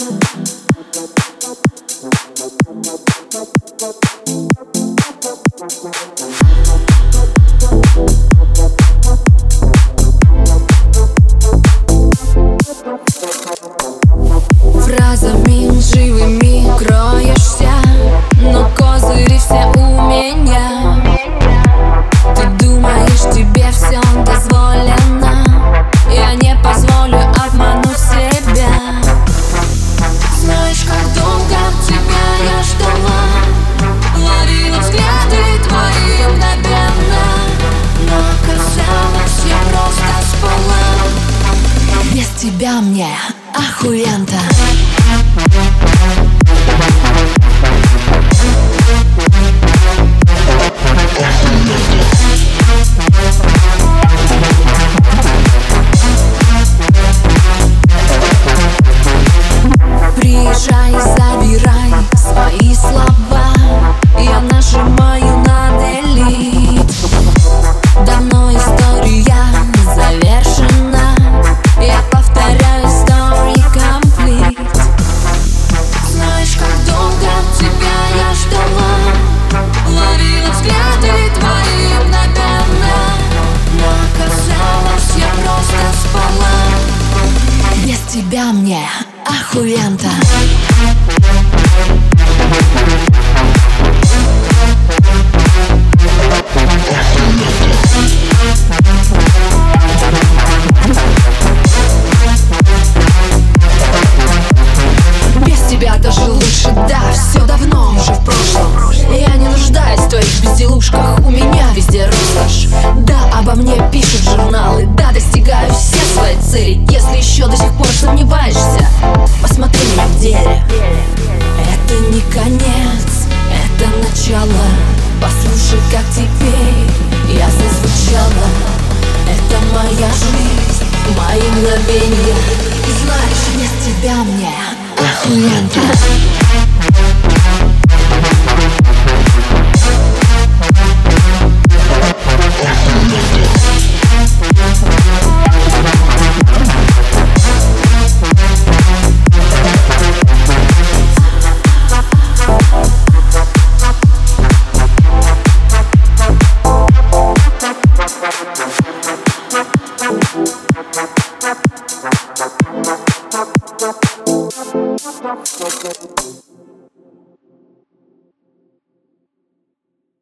Фразами лживыми кроешься, но козыри все у меня. Ты думаешь, тебе все дозволено, я не позволю обмануть себя. Знаешь, как долго тебя я ждала, ловила взгляды твои мгновенно, но оказалось, я просто спала. Без тебя мне охуенно. Приезжай, забирай свои слова, я нажимаю на delete. Давно история завершена, я повторяю story complete. Знаешь, как долго тебя я ждала, ловила взгляды твои мгновенно, но оказалось, я просто спала. Без тебя мне охуенно. Без тебя даже лучше, да, все давно уже в прошлом. Я не нуждаюсь в твоих безделушках, у меня везде роскошь. Да, обо мне пишут журналы, да, достигаю все свои цели. Если еще до сих пор сомневаешься, посмотри меня в деле. Это не конец, это начало. Послушай, как теперь я зазвучала. Это моя жизнь, мои мгновения. И знаешь, без тебя мне охуенно.